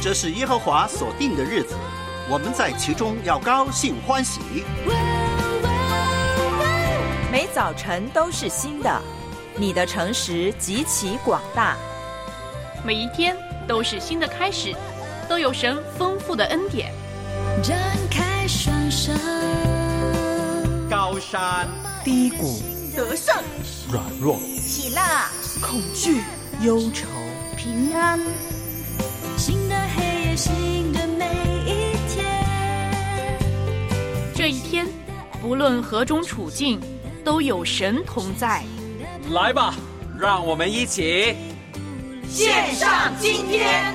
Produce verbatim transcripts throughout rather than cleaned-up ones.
这是耶和华所定的日子，我们在其中要高兴欢喜。 每早晨都是新的，你的诚实极其广大。 每一天都是新的开始，都有神丰富的恩典。 展开双手， 高山低谷， 得胜软弱， 喜乐恐惧，忧愁， 平安。新的黑夜，新的每一天。 这一天，不论何种处境，都有神同在。 来吧，让我们一起献上今天。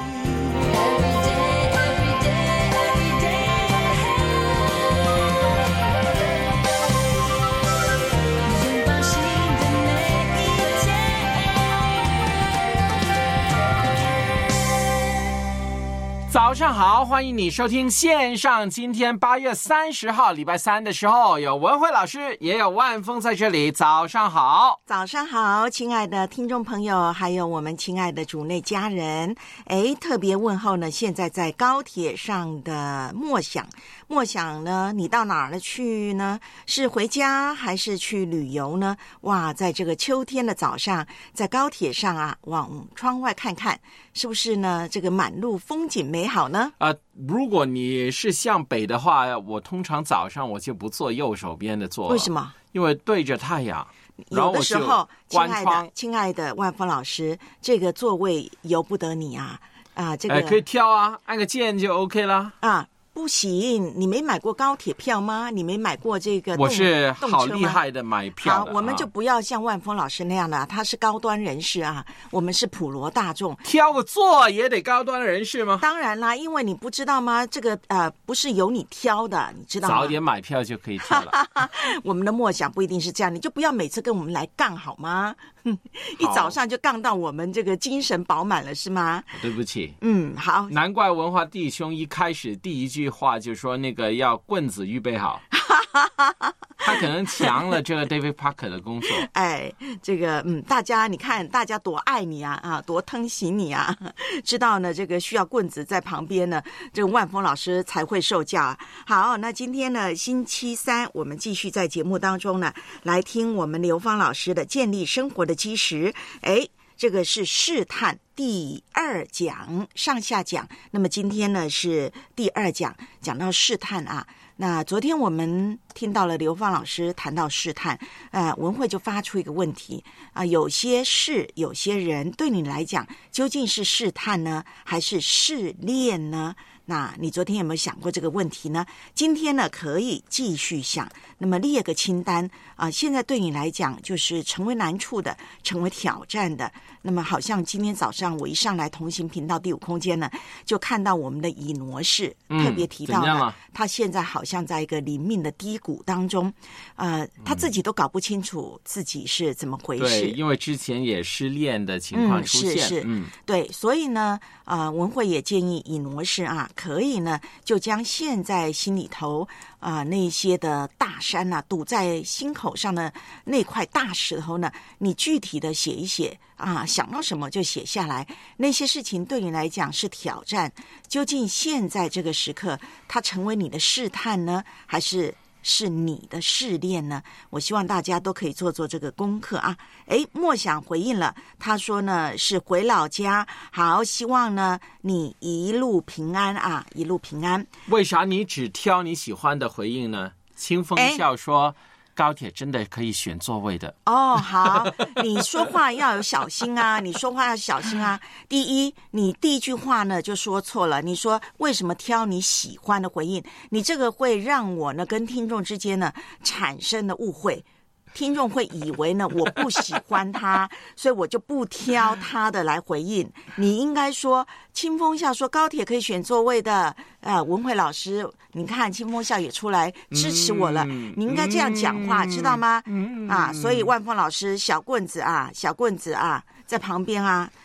早上好，欢迎你收听线上今天八月三十号礼拜三的时候，有文慧老师也有万峰在这里。早上好。 早上好，亲爱的听众朋友，还有我们亲爱的主内家人。哎，特别问候呢，现在在高铁上的默想默想呢，你到哪儿了去呢？是回家还是去旅游呢？哇，在这个秋天的早上，在高铁上啊，往窗外看看，是不是呢？这个满路风景美好呢？ 啊、呃，如果你是向北的话，我通常早上我就不坐右手边的座。 为什么？ 因为对着太阳。 有的时候，亲爱的亲爱的万峰老师，这个座位由不得你啊啊！这个、 呃、可以挑啊，按个键就 OK 啦啊。 不行，你没买过高铁票吗？你没买过这个动我是好厉害的买票的。 好，我们就不要像万峰老师那样的，他是高端人士啊，我们是普罗大众。 挑个座也得高端人士吗？ 当然啦，因为你不知道吗？这个呃不是由你挑的，你知道吗？ 早点买票就可以挑了。 我们的默想不一定是这样，你就不要每次跟我们来杠好吗？一早上就杠到我们这个精神饱满了是吗？ 对不起。 嗯，好。 难怪文化弟兄一开始第一句话就说那个要棍子预备好。他可能抢了这个 David Parker 的工作。 哎，这个嗯，大家你看，大家多爱你啊啊，多疼惜你啊！知道呢，这个需要棍子在旁边呢，这个万峰老师才会受教。好，那今天呢，星期三，我们继续在节目当中呢，来听我们刘芳老师的建立生活的基石。哎。这个是试探第二讲上下讲，那么今天呢是第二讲，讲到试探啊。那昨天我们听到了刘芳老师谈到试探，呃，文慧就发出一个问题啊、呃，有些事，有些人对你来讲，究竟是试探呢，还是试炼呢？那你昨天有没有想过这个问题呢？今天呢可以继续想，那么列个清单啊、呃，现在对你来讲就是成为难处的，成为挑战的。那么好像今天早上我一上来同行频道第五空间呢，就看到我们的以挪士、嗯、特别提到了，他现在好像在一个临命的低谷当中，呃，他自己都搞不清楚自己是怎么回事。 对，因为之前也失恋的情况出现， 嗯、是是，嗯，对，所以呢，呃，文慧也建议以挪士啊，可以呢就将现在心里头啊、呃、那些的大山啊，堵在心口上的那块大石头呢，你具体的写一写啊，想到什么就写下来。那些事情对你来讲是挑战，究竟现在这个时刻，它成为你的试探呢，还是是你的试炼呢？我希望大家都可以做做这个功课啊。诶，默想回应了，他说呢是回老家，好，希望呢你一路平安啊，一路平安。 为啥你只挑你喜欢的回应呢？清风笑说高铁真的可以选座位的。 哦，好，你说话要有小心啊，你说话要小心啊。第一，你第一句话呢就说错了，你说为什么挑你喜欢的回应？你这个会让我呢跟听众之间呢产生了误会。听众会以为呢我不喜欢他，所以我就不挑他的来回应。你应该说清风笑说高铁可以选座位的，呃，文慧老师，你看清风笑也出来支持我了，嗯、你应该这样讲话，嗯、知道吗？嗯、啊，所以万峰老师小棍子啊，小棍子啊，在旁边啊，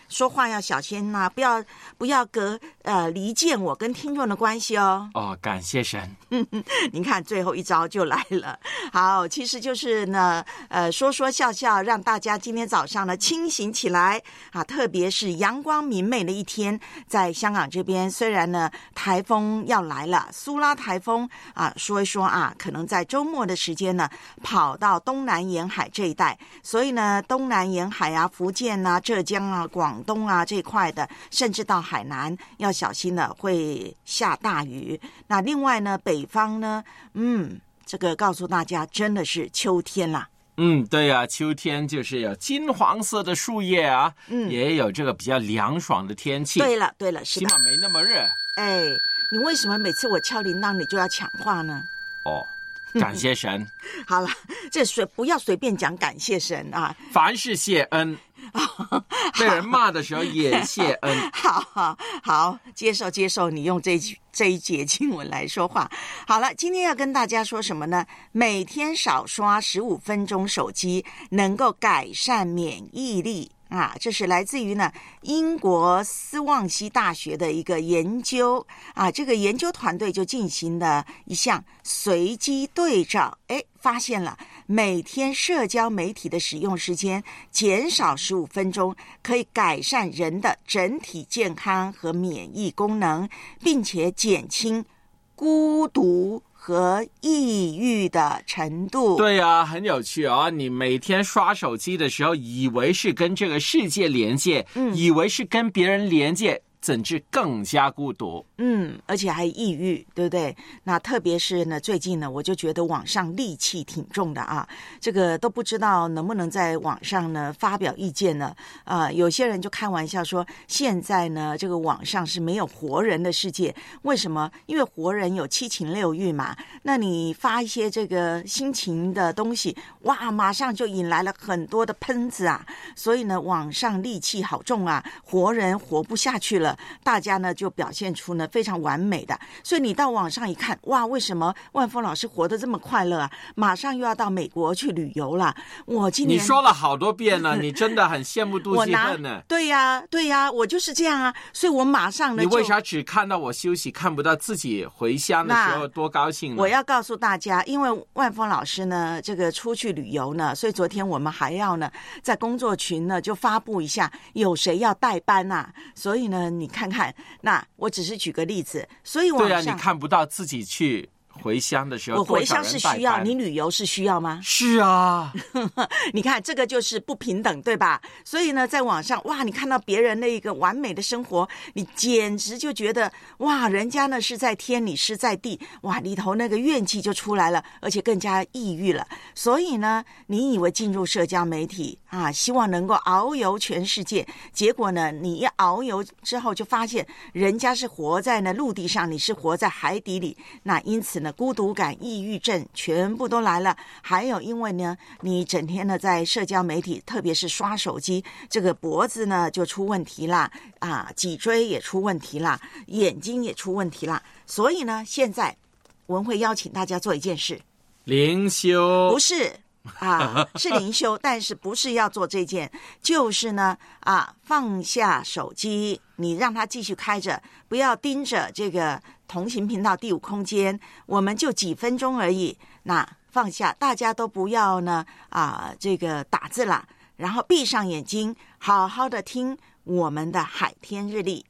说话要小心呐、啊，不要不要隔呃离间我跟听众的关系哦。 哦，感谢神。 您看最后一招就来了。好，其实就是呢，呃，说说笑笑，让大家今天早上呢清醒起来啊，特别是阳光明媚的一天，在香港这边，虽然呢台风要来了，苏拉台风啊，说一说啊，可能在周末的时间呢跑到东南沿海这一带，所以呢东南沿海啊、福建啊、浙江啊、广东啊这一块的，甚至到海南要小心了，会下大雨。那另外呢，北方呢，嗯，这个告诉大家，真的是秋天啦。 嗯，对啊，秋天就是有金黄色的树叶啊，嗯，也有这个比较凉爽的天气。 对了，对了，是的， 起码没那么热。 哎，你为什么每次我敲铃铛你就要抢话呢？ 哦，感谢神。 好了，这随不要随便讲感谢神啊， 凡事谢恩。被人骂的时候也谢恩。 好好好，接受接受，你用这一这一节经文来说话。好了，今天要跟大家说什么呢？每天少刷十五分钟手机，能够改善免疫力。啊，这是来自于呢英国斯旺西大学的一个研究啊，这个研究团队就进行了一项随机对照，哎，发现了每天社交媒体的使用时间减少十五分钟，可以改善人的整体健康和免疫功能，并且减轻孤独和抑郁的程度。 对啊，很有趣啊、哦！你每天刷手机的时候，以为是跟这个世界连接，嗯，以为是跟别人连接，怎知更加孤独。 嗯，而且还抑郁，对不对？那特别是呢，最近呢，我就觉得网上戾气挺重的啊，这个都不知道能不能在网上呢发表意见呢？啊、呃，有些人就开玩笑说，现在呢，这个网上是没有活人的世界。为什么？因为活人有七情六欲嘛。那你发一些这个心情的东西，哇，马上就引来了很多的喷子啊。所以呢，网上戾气好重啊，活人活不下去了。大家呢就表现出呢非常完美的，所以你到网上一看，哇，为什么万峰老师活得这么快乐啊？马上又要到美国去旅游了。我今年你说了好多遍了，你真的很羡慕妒忌恨呢。 对呀、啊，对呀、啊，我就是这样啊，所以我马上呢， 你为啥只看到我休息，看不到自己回乡的时候多高兴呢？ 我要告诉大家，因为万峰老师呢这个出去旅游呢，所以昨天我们还要呢在工作群呢就发布一下有谁要代班啊，所以呢你看看，那我只是举个例子，所以网上对啊，你看不到自己去回乡的时候， 我回乡是需要，你旅游是需要吗？ 是啊， 你看这个就是不平等，对吧？所以呢，在网上哇，你看到别人的一个完美的生活，你简直就觉得哇，人家呢是在天，你是在地，哇，里头那个怨气就出来了，而且更加抑郁了。所以呢，你以为进入社交媒体啊，希望能够遨游全世界，结果呢，你一遨游之后就发现人家是活在呢陆地上，你是活在海底里，那因此呢，孤独感、抑郁症全部都来了。还有因为呢，你整天呢在社交媒体，特别是刷手机，这个脖子呢就出问题啦，啊，脊椎也出问题啦，眼睛也出问题啦。所以呢，现在文慧邀请大家做一件事， 灵修不是。啊，是灵修，但是不是要做这件，就是呢，啊，放下手机，你让它继续开着，不要盯着这个同行频道第五空间，我们就几分钟而已，那放下，大家都不要呢，啊，这个打字啦，然后闭上眼睛，好好的听我们的海天日历。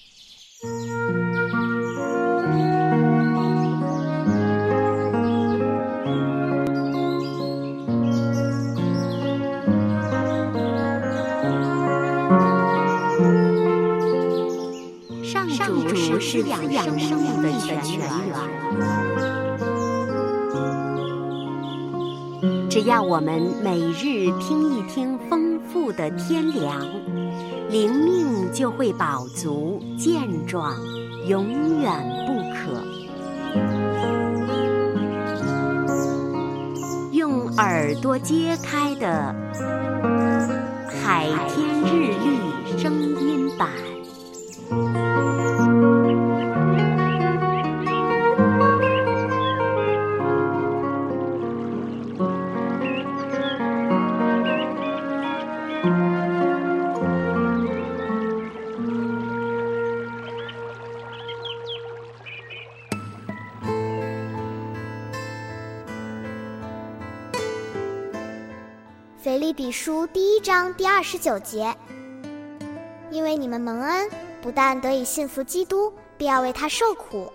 上主是滋养生命的泉源，只要我们每日听一听丰富的天粮，灵命就会饱足健壮，永远不渴。用耳朵揭开的海天日历声音版。 利比书第一章第二十九节，因为你们蒙恩，不但得以信服基督，必要为他受苦。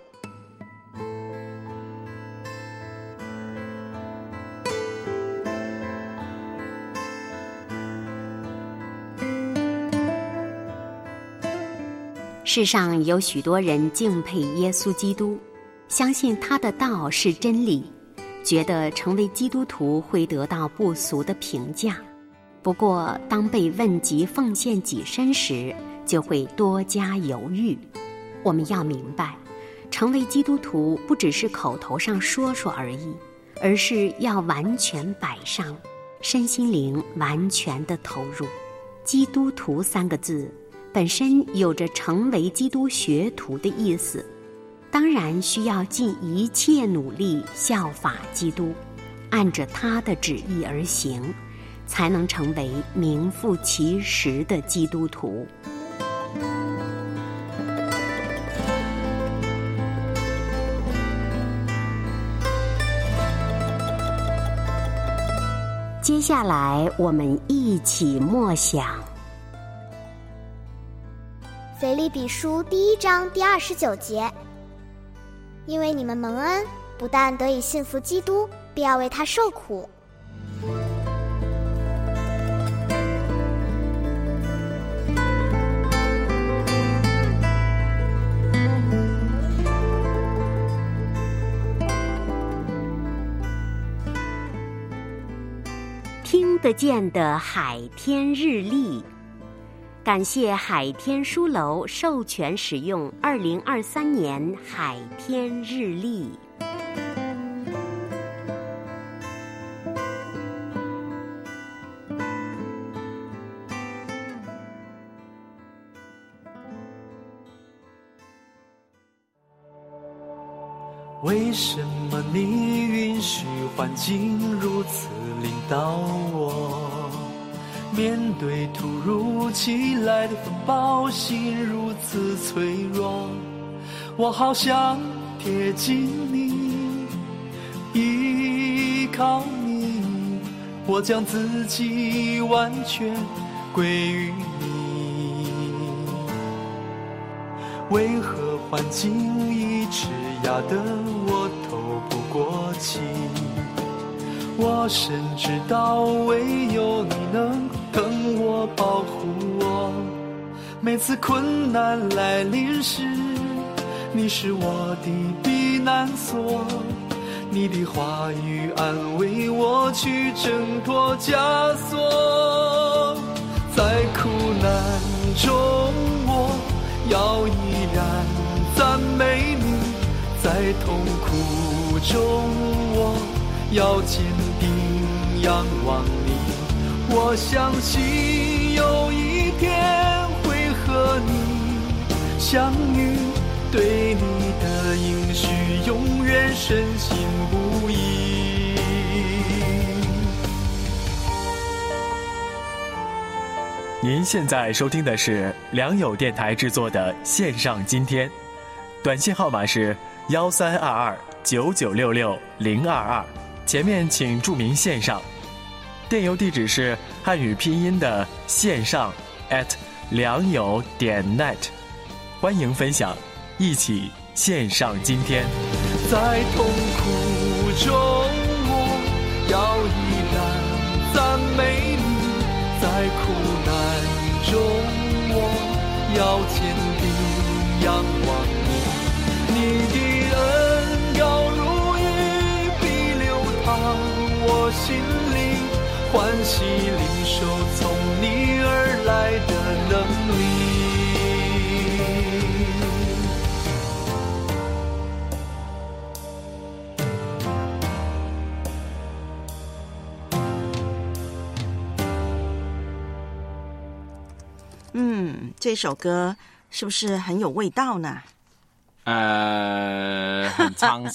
世上有许多人敬佩耶稣基督，相信他的道是真理，觉得成为基督徒会得到不俗的评价。不过当被问及奉献己身时，就会多加犹豫。我们要明白，成为基督徒不只是口头上说说而已，而是要完全摆上，身心灵完全的投入。基督徒三个字本身有着成为基督学徒的意思，当然需要尽一切努力效法基督，按着他的旨意而行，才能成为名副其实的基督徒。接下来我们一起默想腓立比书第一章第二十九节，因为你们蒙恩，不但得以信服基督，必要为他受苦。 听得见的海天日历，感谢海天书楼授权使用二零二三年海天日历。 为什么你允许环境如此领导我？面对突如其来的风暴，心如此脆弱，我好想贴近你，依靠你，我将自己完全归于你。为何环境一直压得我透不过气？我深知道唯有你能疼我保护我，每次困难来临时，你是我的避难所，你的话语安慰我去挣脱枷锁。在苦难中我要依然赞美你，在痛苦中我要坚定仰望你，我相信有一天会和你相遇，对你的应许永远深信不疑。 您现在收听的是良友电台制作的线上今天，短信号码是幺三二二九九六六零二二，前面请注明线上。电邮地址是汉语拼音的线上 at 良友点 net， 欢迎分享，一起线上今天。 在痛苦中我要依然赞美你，在苦难中我要坚定仰望你，你的恩高如雨必流淌我心里，欢喜领受从你而来的能力。 嗯，这首歌是不是很有味道呢？ 呃，很沧桑。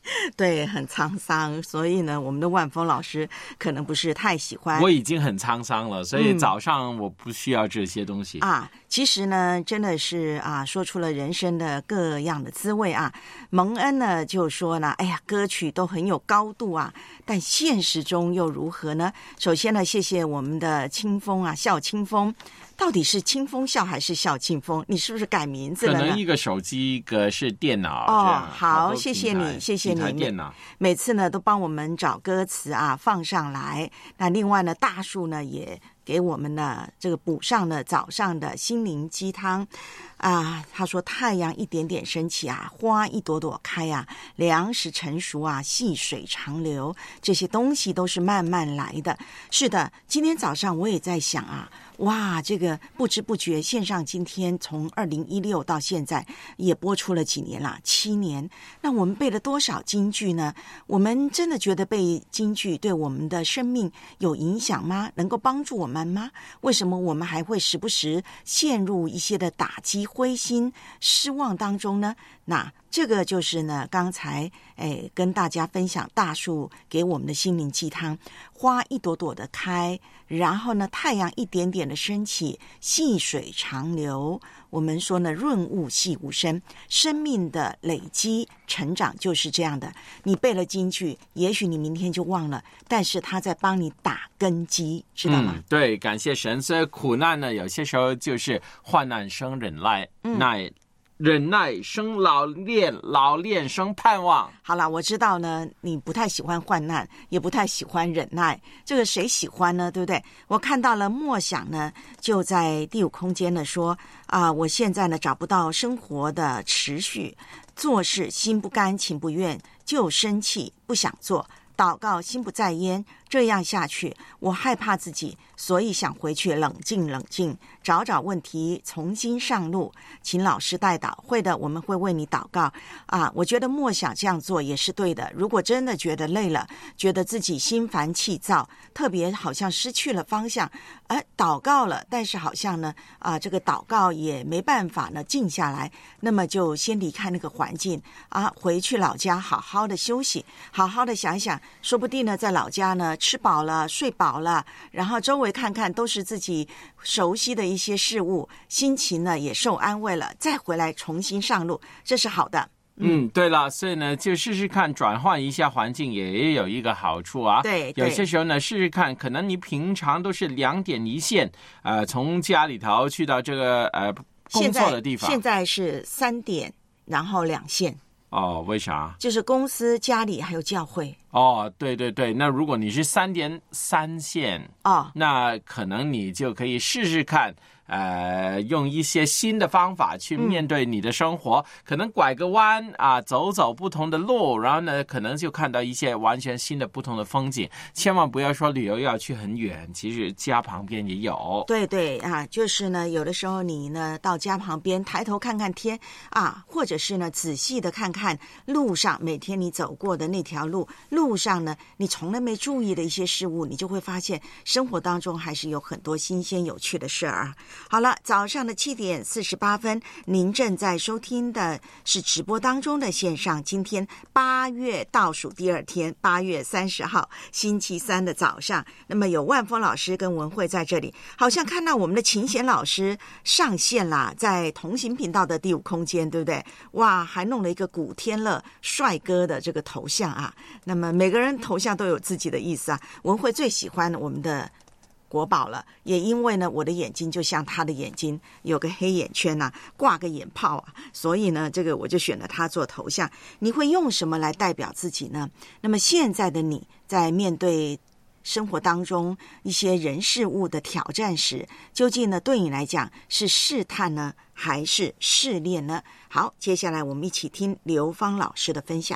对，很沧桑，所以呢，我们的万峰老师可能不是太喜欢。 我已经很沧桑了，所以早上我不需要这些东西、 嗯、啊。其实呢，真的是啊，说出了人生的各样的滋味啊。蒙恩呢就说呢，哎呀，歌曲都很有高度啊，但现实中又如何呢？首先呢，谢谢我们的清风啊，笑清风。到底是清风笑还是笑清风？你是不是改名字了呢？ 可能一个手机，一个是电脑。 哦，好，谢谢你，谢谢你。 电脑每次呢都帮我们找歌词啊放上来。那另外呢，大树呢也给我们呢这个补上了早上的心灵鸡汤啊。他说太阳一点点升起啊，花一朵朵开啊，粮食成熟啊，细水长流，这些东西都是慢慢来的。是的，今天早上我也在想啊，哇，这个不知不觉线上今天从二零一六到现在也播出了几年啦，七年。那我们背了多少金句呢？我们真的觉得背金句对我们的生命有影响吗？能够帮助我们吗？为什么我们还会时不时陷入一些的打击、灰心、失望当中呢？那这个就是呢，刚才哎跟大家分享大树给我们的心灵鸡汤，花一朵朵的开，然后呢太阳一点点的升起，细水长流。我们说呢，润物细无声，生命的累积成长就是这样的。你背了金句，也许你明天就忘了，但是他在帮你打根基，知道吗？ 嗯、对，感谢神。所以苦难呢，有些时候就是患难生忍耐， 嗯、 耐。忍耐生老练，老练生盼望。 好了，我知道呢，你不太喜欢患难，也不太喜欢忍耐，这个谁喜欢呢？对不对？我看到了默想呢，就在第五空间呢说啊、呃，我现在呢找不到生活的持续，做事心不甘情不愿，就生气不想做，祷告心不在焉，这样下去我害怕自己，所以想回去冷静冷静，找找问题，重新上路，请老师带导。会的，我们会为你祷告啊。我觉得默想这样做也是对的。如果真的觉得累了，觉得自己心烦气躁，特别好像失去了方向，哎，祷告了，但是好像呢啊，这个祷告也没办法呢静下来，那么就先离开那个环境啊，回去老家好好的休息，好好的想一想，说不定呢在老家呢吃饱了睡饱了，然后周围看看都是自己熟悉的一些事物，心情呢也受安慰了，再回来重新上路，这是好的。 嗯，对了，所以呢，就试试看转换一下环境，也有一个好处啊。 对， 有些时候呢，试试看，可能你平常都是两点一线，呃，从家里头去到这个呃工作的地方， 现在, 现在是三点，然后两线。 哦，为啥？ 就是公司、家里还有教会。 哦，对对对，那如果你是三点三线哦， 那可能你就可以试试看。呃，用一些新的方法去面对你的生活，嗯、可能拐个弯啊，走走不同的路，然后呢，可能就看到一些完全新的不同的风景。千万不要说旅游要去很远，其实家旁边也有。 对对啊，就是呢，有的时候你呢到家旁边抬头看看天啊，或者是呢仔细的看看路上每天你走过的那条路，路上呢你从来没注意的一些事物，你就会发现生活当中还是有很多新鲜有趣的事儿啊。好了，早上的七点四十八分，您正在收听的是直播当中的线上。今天八月倒数第二天，八月三十号，星期三的早上。那么有万峰老师跟文慧在这里，好像看到我们的秦贤老师上线啦，在同行频道的第五空间，对不对？哇，还弄了一个古天乐帅哥的这个头像啊。那么每个人头像都有自己的意思啊。文慧最喜欢我们的国宝了，也因为呢我的眼睛就像他的眼睛，有个黑眼圈啊，挂个眼泡啊，所以呢这个我就选了他做头像。你会用什么来代表自己呢？那么现在的你在面对生活当中一些人事物的挑战时，究竟呢对你来讲是试探呢还是试炼呢？好，接下来我们一起听刘芳老师的分享。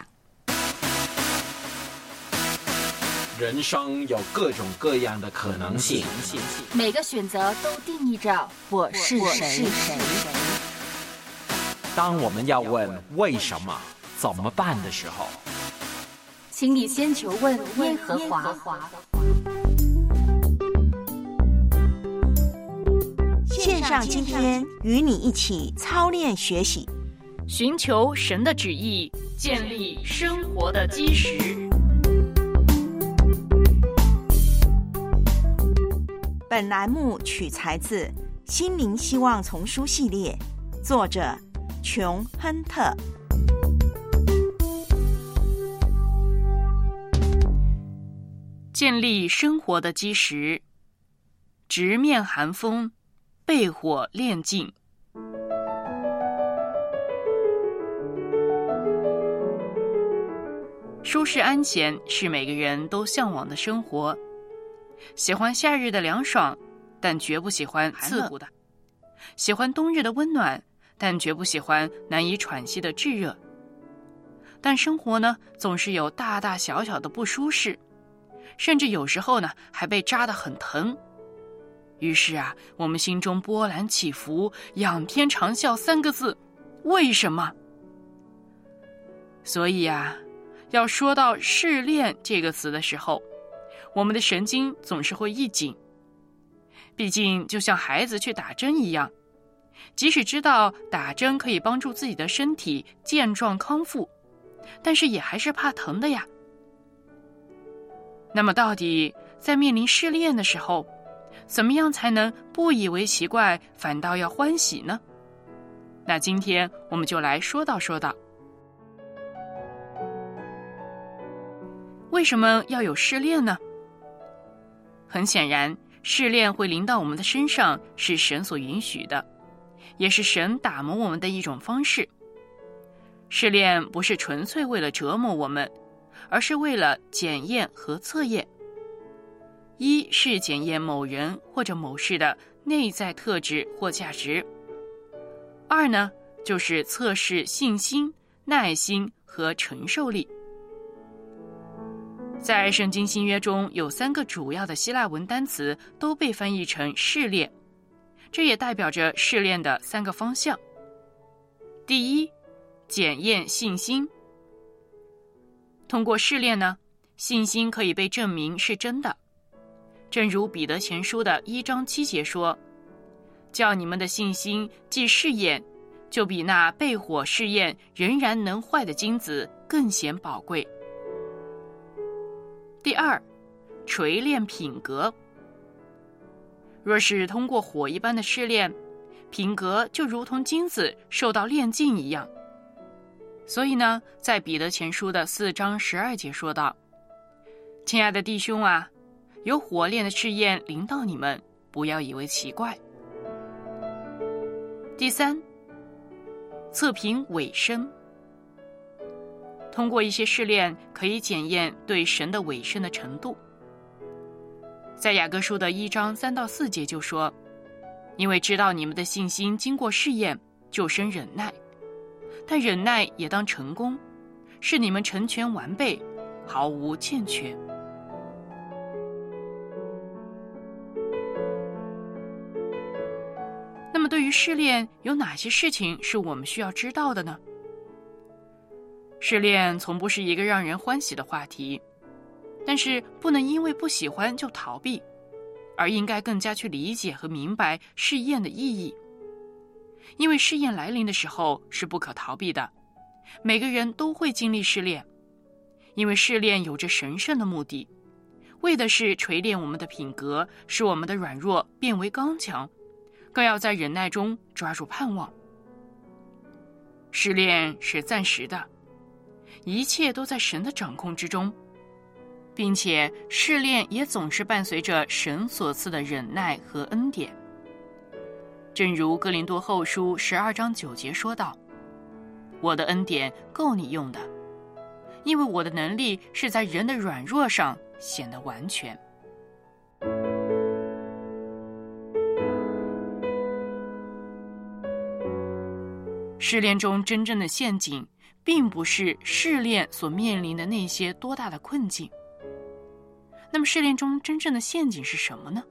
人生有各种各样的可能性， 每个选择都定义着我是谁。 当我们要问为什么、怎么办的时候， 请你先求问耶和华。 线上今天与你一起操练学习寻求神的旨意，建立生活的基石。 本栏目取材自《心灵希望丛书》系列，作者琼·亨特。 建立生活的基石，直面寒风，被火炼尽。舒适安闲是每个人都向往的生活，喜欢夏日的凉爽，但绝不喜欢刺骨的；喜欢冬日的温暖，但绝不喜欢难以喘息的炙热。但生活呢，总是有大大小小的不舒适，甚至有时候呢，还被扎得很疼。于是啊，我们心中波澜起伏，仰天长啸三个字，为什么？所以啊，要说到试炼这个词的时候，我们的神经总是会一紧。毕竟就像孩子去打针一样，即使知道打针可以帮助自己的身体健壮康复，但是也还是怕疼的呀。那么到底在面临试炼的时候，怎么样才能不以为奇怪，反倒要欢喜呢？那今天我们就来说道说道。为什么要有试炼呢？很显然，试炼会临到我们的身上是神所允许的，也是神打磨我们的一种方式。试炼不是纯粹为了折磨我们，而是为了检验和测验。一是检验某人或者某事的内在特质或价值。二呢，就是测试信心、耐心和承受力。在圣经新约中，有三个主要的希腊文单词都被翻译成试炼，这也代表着试炼的三个方向。第一，检验信心。通过试炼呢，信心可以被证明是真的。正如彼得前书的一章七节说，叫你们的信心既试验，就比那被火试验仍然能坏的金子更显宝贵。第二，锤炼品格。若是通过火一般的试炼，品格就如同金子受到炼净一样。所以呢，在彼得前书的四章十二节说道，亲爱的弟兄啊，有火炼的试验临到你们，不要以为奇怪。第三，测评委身。通过一些试炼，可以检验对神的委身的程度。在雅各书的一章三到四节就说，因为知道你们的信心经过试验，就生忍耐，但忍耐也当成功，使你们成全完备，毫无欠缺。那么对于试炼，有哪些事情是我们需要知道的呢？试炼从不是一个让人欢喜的话题，但是不能因为不喜欢就逃避，而应该更加去理解和明白试验的意义。因为试验来临的时候是不可逃避的，每个人都会经历试炼。因为试炼有着神圣的目的，为的是锤炼我们的品格，使我们的软弱变为刚强，更要在忍耐中抓住盼望。试炼是暂时的，一切都在神的掌控之中，并且试炼也总是伴随着神所赐的忍耐和恩典。正如哥林多后书十二章九节说道，我的恩典够你用的，因为我的能力是在人的软弱上显得完全。试炼中真正的陷阱并不是试炼所面临的那些多大的困境。那么试炼中真正的陷阱是什么呢？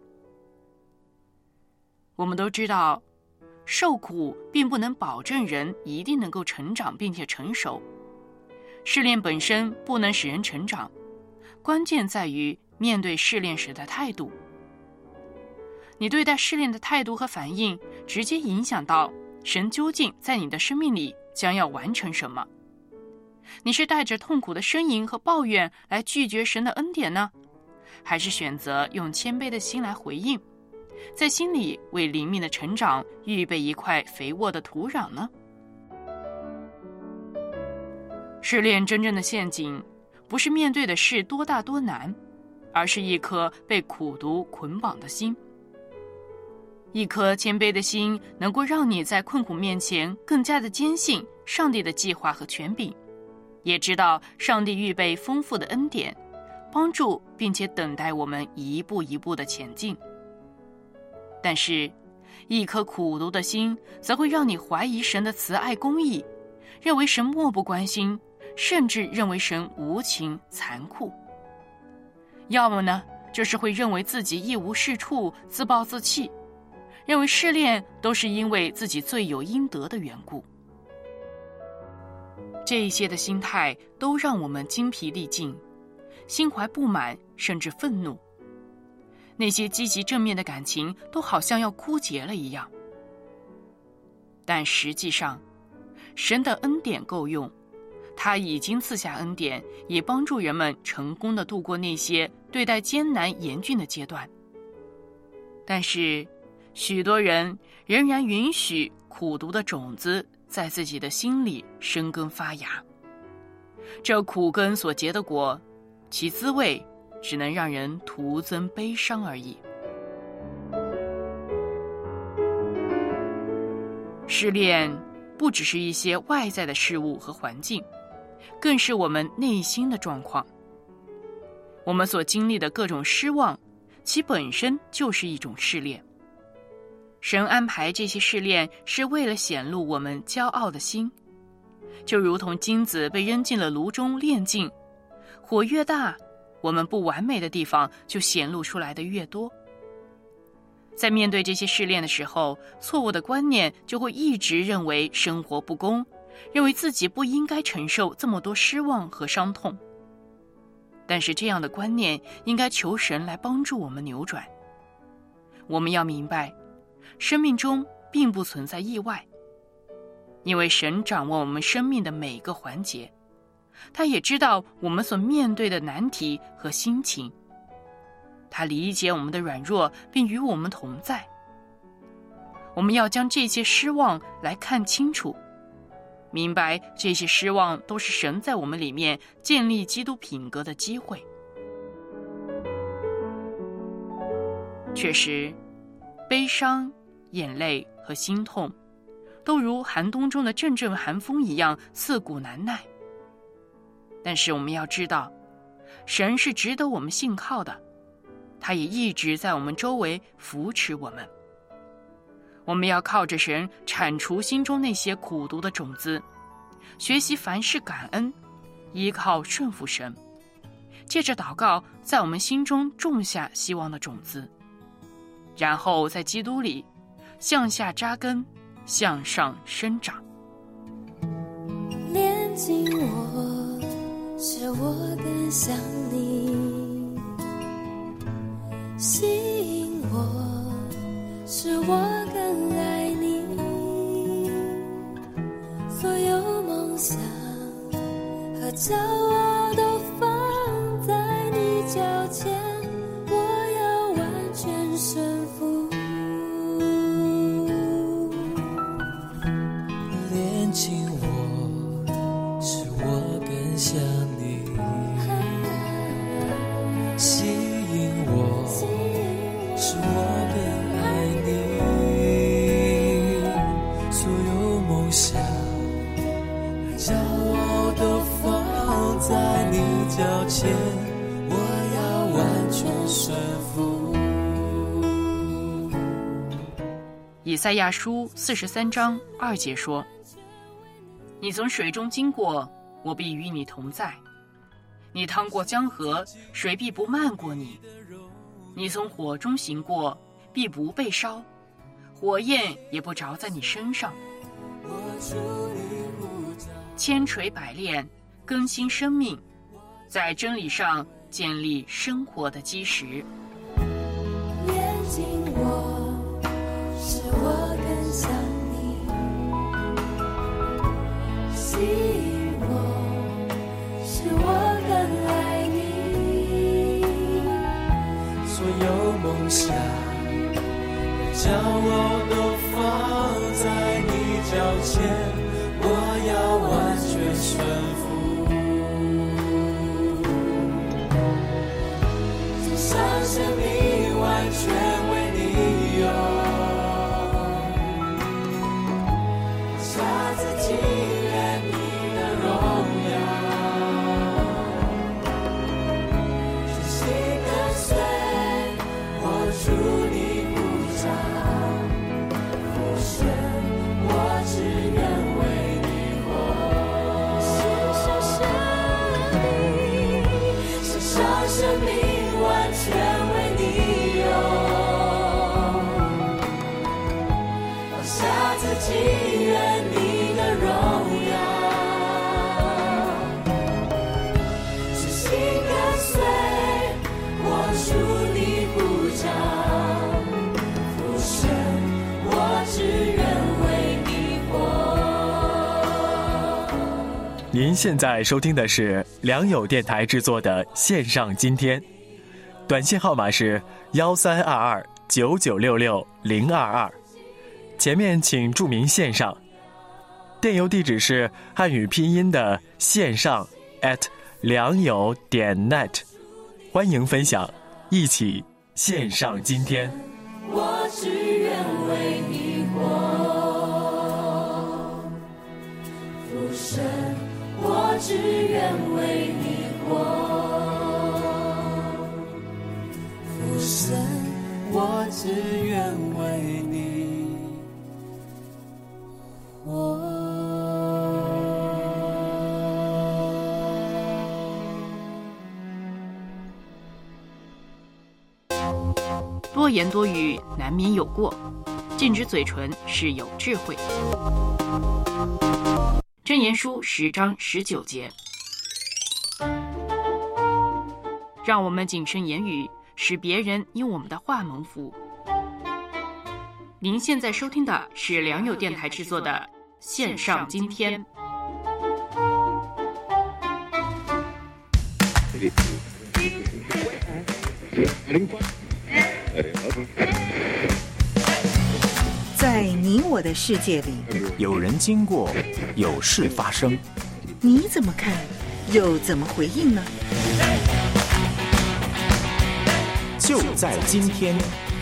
我们都知道，受苦并不能保证人一定能够成长并且成熟。试炼本身不能使人成长，关键在于面对试炼时的态度。你对待试炼的态度和反应，直接影响到神究竟在你的生命里将要完成什么？你是带着痛苦的呻吟和抱怨来拒绝神的恩典呢，还是选择用谦卑的心来回应，在心里为灵命的成长预备一块肥沃的土壤呢？试炼真正的陷阱，不是面对的事多大多难，而是一颗被苦毒捆绑的心。一颗谦卑的心能够让你在困苦面前更加的坚信上帝的计划和权柄，也知道上帝预备丰富的恩典，帮助并且等待我们一步一步的前进。但是一颗苦毒的心则会让你怀疑神的慈爱公义，认为神漠不关心，甚至认为神无情残酷。要么呢，就是会认为自己一无是处，自暴自弃，认为试炼都是因为自己罪有应得的缘故。这一些的心态都让我们精疲力尽，心怀不满，甚至愤怒。那些积极正面的感情都好像要枯竭了一样。但实际上，神的恩典够用，他已经赐下恩典，也帮助人们成功地度过那些对待艰难严峻的阶段。但是许多人仍然允许苦毒的种子在自己的心里生根发芽，这苦根所结的果，其滋味只能让人徒增悲伤而已。试炼不只是一些外在的事物和环境，更是我们内心的状况。我们所经历的各种失望，其本身就是一种试炼。神安排这些试炼是为了显露我们骄傲的心，就如同金子被扔进了炉中炼尽，火越大，我们不完美的地方就显露出来的越多。在面对这些试炼的时候，错误的观念就会一直认为生活不公，认为自己不应该承受这么多失望和伤痛。但是这样的观念应该求神来帮助我们扭转。我们要明白，生命中并不存在意外，因为神掌握我们生命的每个环节，他也知道我们所面对的难题和心情，他理解我们的软弱，并与我们同在。我们要将这些失望来看清楚，明白这些失望都是神在我们里面建立基督品格的机会。确实，悲伤、眼泪和心痛都如寒冬中的阵阵寒风一样刺骨难耐。但是我们要知道，神是值得我们信靠的，他也一直在我们周围扶持我们。我们要靠着神铲除心中那些苦毒的种子，学习凡事感恩，依靠顺服神，借着祷告在我们心中种下希望的种子，然后在基督里向下扎根，向上生长。 炼尽我，使我更像你，吸引我，使我更爱你，所有梦想和骄傲都放在你脚前，我要完全顺服。 炼尽我，使我更像你，吸引我，使我更爱你，所有梦想和骄傲都放在你脚前，我要完全顺服。 以赛亚书四十三章二节说：你从水中经过，我必与你同在；你趟过江河，水必不漫过你；你从火中行过，必不被烧，火焰也不着在你身上。千锤百炼，更新生命，在真理上建立生活的基石。 炼尽我，使我更像你， 紧我，使我更爱你。 所有梦想骄傲都放在你脚前，我要完全顺服。这上生命完全为你用，下自己愿你的荣耀，专心跟随我主你。祈愿你的荣耀，专心跟随我属你呼召，父神，我只愿为你活。 您现在收听的是良友电台制作的线上今天，短信号码是幺三二二九九六六零二二。前面请注明线上，电邮地址是汉语拼音的线上 at 良友点 net， 欢迎分享，一起线上今天。 我只愿为你活，父神，我只愿为你活，父神， 我只愿为你。 多言多语难免有过，禁止嘴唇是有智慧。箴言书十章十九节，让我们谨慎言语，使别人因我们的话蒙福。您现在收听的是良友电台制作的线上今天。 在你我的世界里， 有人经过，有事发生， 你怎么看，又怎么回应呢？ 就在今天。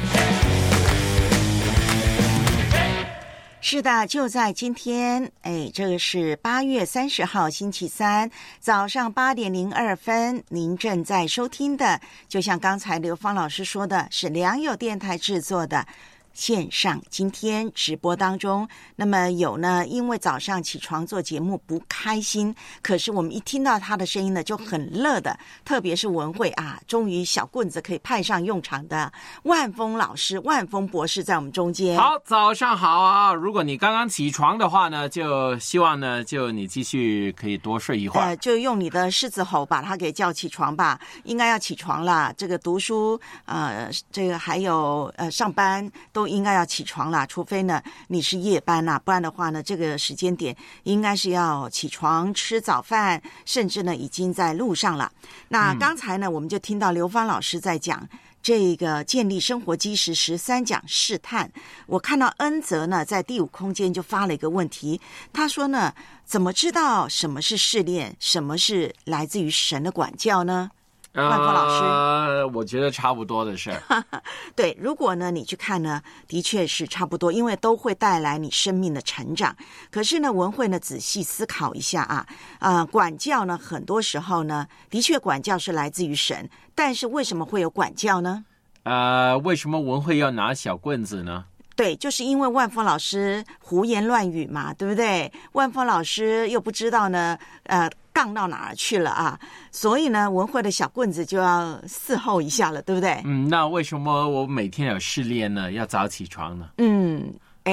是的，就在今天，哎，这个是八月三十号星期三早上八点零二分，您正在收听的，就像刚才刘芳老师说的，是良友电台制作的线上今天直播当中。那么有呢，因为早上起床做节目不开心，可是我们一听到他的声音呢就很乐的，特别是文慧啊，终于小棍子可以派上用场的万峰老师，万峰博士在我们中间。 好，早上好啊！如果你刚刚起床的话呢，就希望呢，就你继续可以多睡一会儿。 呃，就用你的狮子吼把他给叫起床吧，应该要起床了。这个读书，呃，这个还有呃上班都应该要起床啦，除非呢你是夜班啦，不然的话呢，这个时间点应该是要起床吃早饭，甚至呢已经在路上了。那刚才呢，我们就听到刘芳老师在讲这个建立生活基石十三讲试探。我看到恩泽呢在第五空间就发了一个问题，他说呢，怎么知道什么是试炼，什么是来自于神的管教呢？万峰老师， 呃，我觉得差不多的事儿。 对，如果呢你去看呢，的确是差不多，因为都会带来你生命的成长。可是呢，文慧呢仔细思考一下啊，呃，管教呢很多时候呢，的确管教是来自于神，但是为什么会有管教呢？ 呃，为什么文慧要拿小棍子呢？ 对，就是因为万峰老师胡言乱语嘛，对不对？万峰老师又不知道呢，呃，杠到哪儿去了啊？所以呢，文慧的小棍子就要伺候一下了，对不对？ 嗯，那为什么我每天有试炼呢？要早起床呢？ 嗯，哎，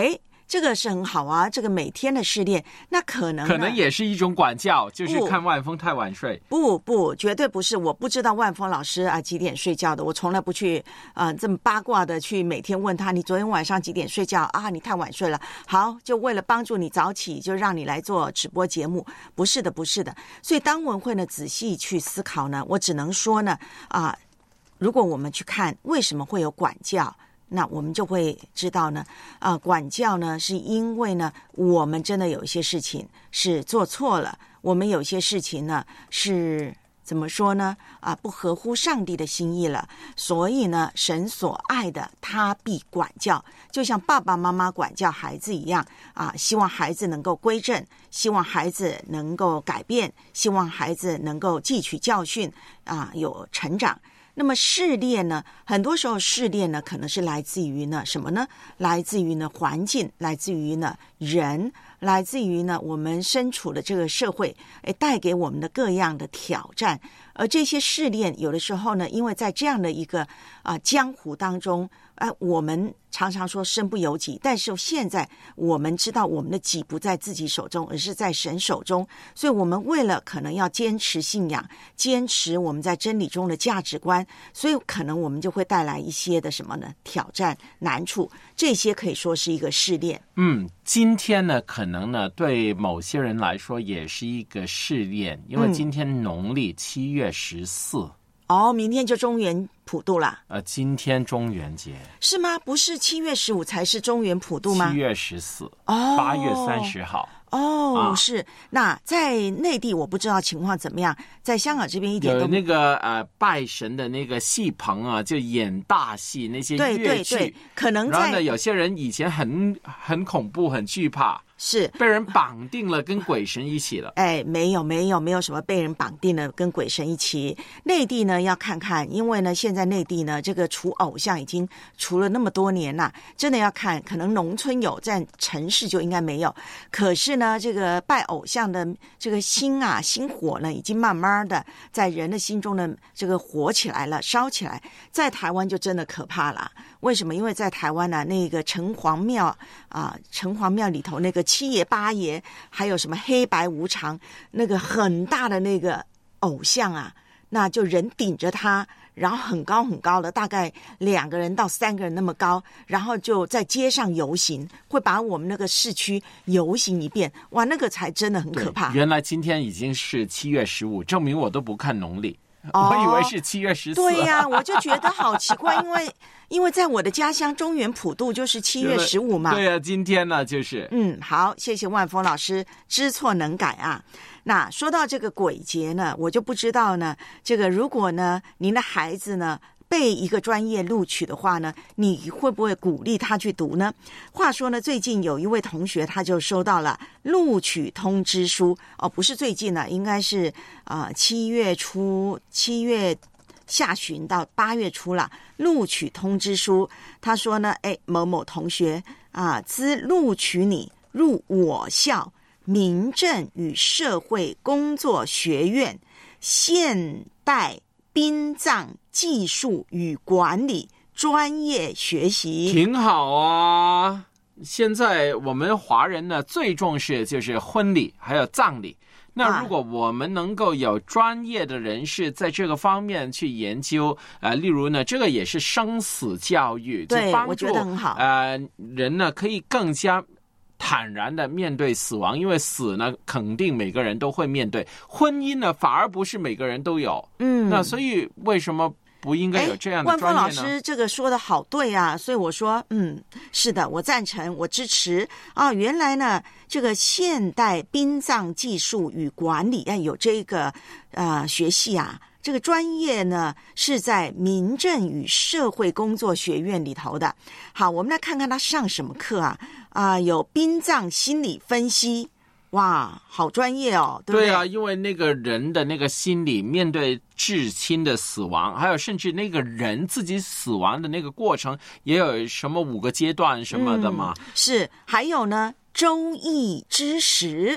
这个是很好啊，这个每天的试炼，那可能可能也是一种管教，就是看万峰太晚睡。 不不，绝对不是，我不知道万峰老师啊几点睡觉的，我从来不去啊、呃、这么八卦的去每天问他，你昨天晚上几点睡觉啊？你太晚睡了，好，就为了帮助你早起，就让你来做直播节目，不是的，不是的。所以当文慧呢仔细去思考呢，我只能说呢啊、呃，如果我们去看为什么会有管教。那我们就会知道呢，啊、呃，管教呢，是因为呢，我们真的有一些事情是做错了，我们有些事情呢是怎么说呢？啊、呃，不合乎上帝的心意了，所以呢，神所爱的，他必管教，就像爸爸妈妈管教孩子一样啊，希望孩子能够归正，希望孩子能够改变，希望孩子能够汲取教训啊，有成长。那么试炼呢，很多时候试炼呢可能是来自于呢什么呢？来自于呢环境，来自于呢人，来自于呢我们身处的这个社会，诶，带给我们的各样的挑战。而这些试炼有的时候呢，因为在这样的一个啊、呃、江湖当中，呃，我们常常说身不由己，但是现在我们知道我们的己不在自己手中，而是在神手中，所以我们为了可能要坚持信仰，坚持我们在真理中的价值观，所以可能我们就会带来一些的什么呢？挑战、难处，这些可以说是一个试炼。 嗯，今天呢，可能呢对某些人来说也是一个试炼，因为今天农历七月十四。嗯哦，明天就中元普渡了。 呃，今天中元节是吗？不是七月十五才是中元普渡吗？ 七月十四， 哦， 八月三十号。 哦， 啊、 是。那在内地我不知道情况怎么样，在香港这边一点都有那个呃拜神的那个戏棚啊，就演大戏那些乐对剧， 对对，可能在。 然后呢，有些人以前很很恐怖、很惧怕。 是被人绑定了，跟鬼神一起了。 哎，没有没有没有什么被人绑定了，跟鬼神一起。内地呢要看看，因为呢现在内地呢这个除偶像已经除了那么多年了，真的要看，可能农村有，在城市就应该没有。可是呢，这个拜偶像的这个心啊，心火呢，已经慢慢的在人的心中呢这个火起来了，烧起来。在台湾就真的可怕了。为什么？因为在台湾呢、啊，那个城隍庙啊，城隍庙里头那个七爷八爷，还有什么黑白无常，那个很大的那个偶像啊，那就人顶着他，然后很高很高的，大概两个人到三个人那么高，然后就在街上游行，会把我们那个市区游行一遍，哇，那个才真的很可怕。 原来今天已经是七月十五，证明我都不看农历。 哦、 我以为是七月十四。 对呀、啊，我就觉得好奇怪，因为因为在我的家乡中元普渡就是七月十五嘛。 对呀、啊，今天呢就是嗯，好，谢谢万峰老师，知错能改啊。那说到这个鬼节呢，我就不知道呢，这个如果呢您的孩子呢被一个专业录取的话呢，你会不会鼓励他去读呢？话说呢，最近有一位同学他就收到了录取通知书哦，不是最近呢，应该是呃七月初七月下旬到八月初了，录取通知书。他说呢，哎，某某同学啊，兹录取你入我校民政与社会工作学院现代殡葬技术与管理专业学习。 挺好啊。现在我们华人呢最重视就是婚礼还有葬礼，那如果我们能够有专业的人士在这个方面去研究，呃，例如呢，这个也是生死教育， 对， 就帮助我觉得很好。 呃，人呢可以更加坦然的面对死亡，因为死呢肯定每个人都会面对，婚姻呢反而不是每个人都有。 嗯， 那所以为什么不应该有这样的专业呢？ 万峰老师这个说的好对啊，所以我说嗯，是的，我赞成，我支持啊。原来呢这个现代殡葬技术与管理有这个呃学系啊，这个专业呢是在民政与社会工作学院里头的。好，我们来看看他上什么课啊？啊、呃，有殡葬心理分析。哇，好专业哦，对不对？ 对啊，因为那个人的那个心理面对至亲的死亡，还有甚至那个人自己死亡的那个过程，也有什么五个阶段什么的嘛。 嗯、是，还有呢，周易之时。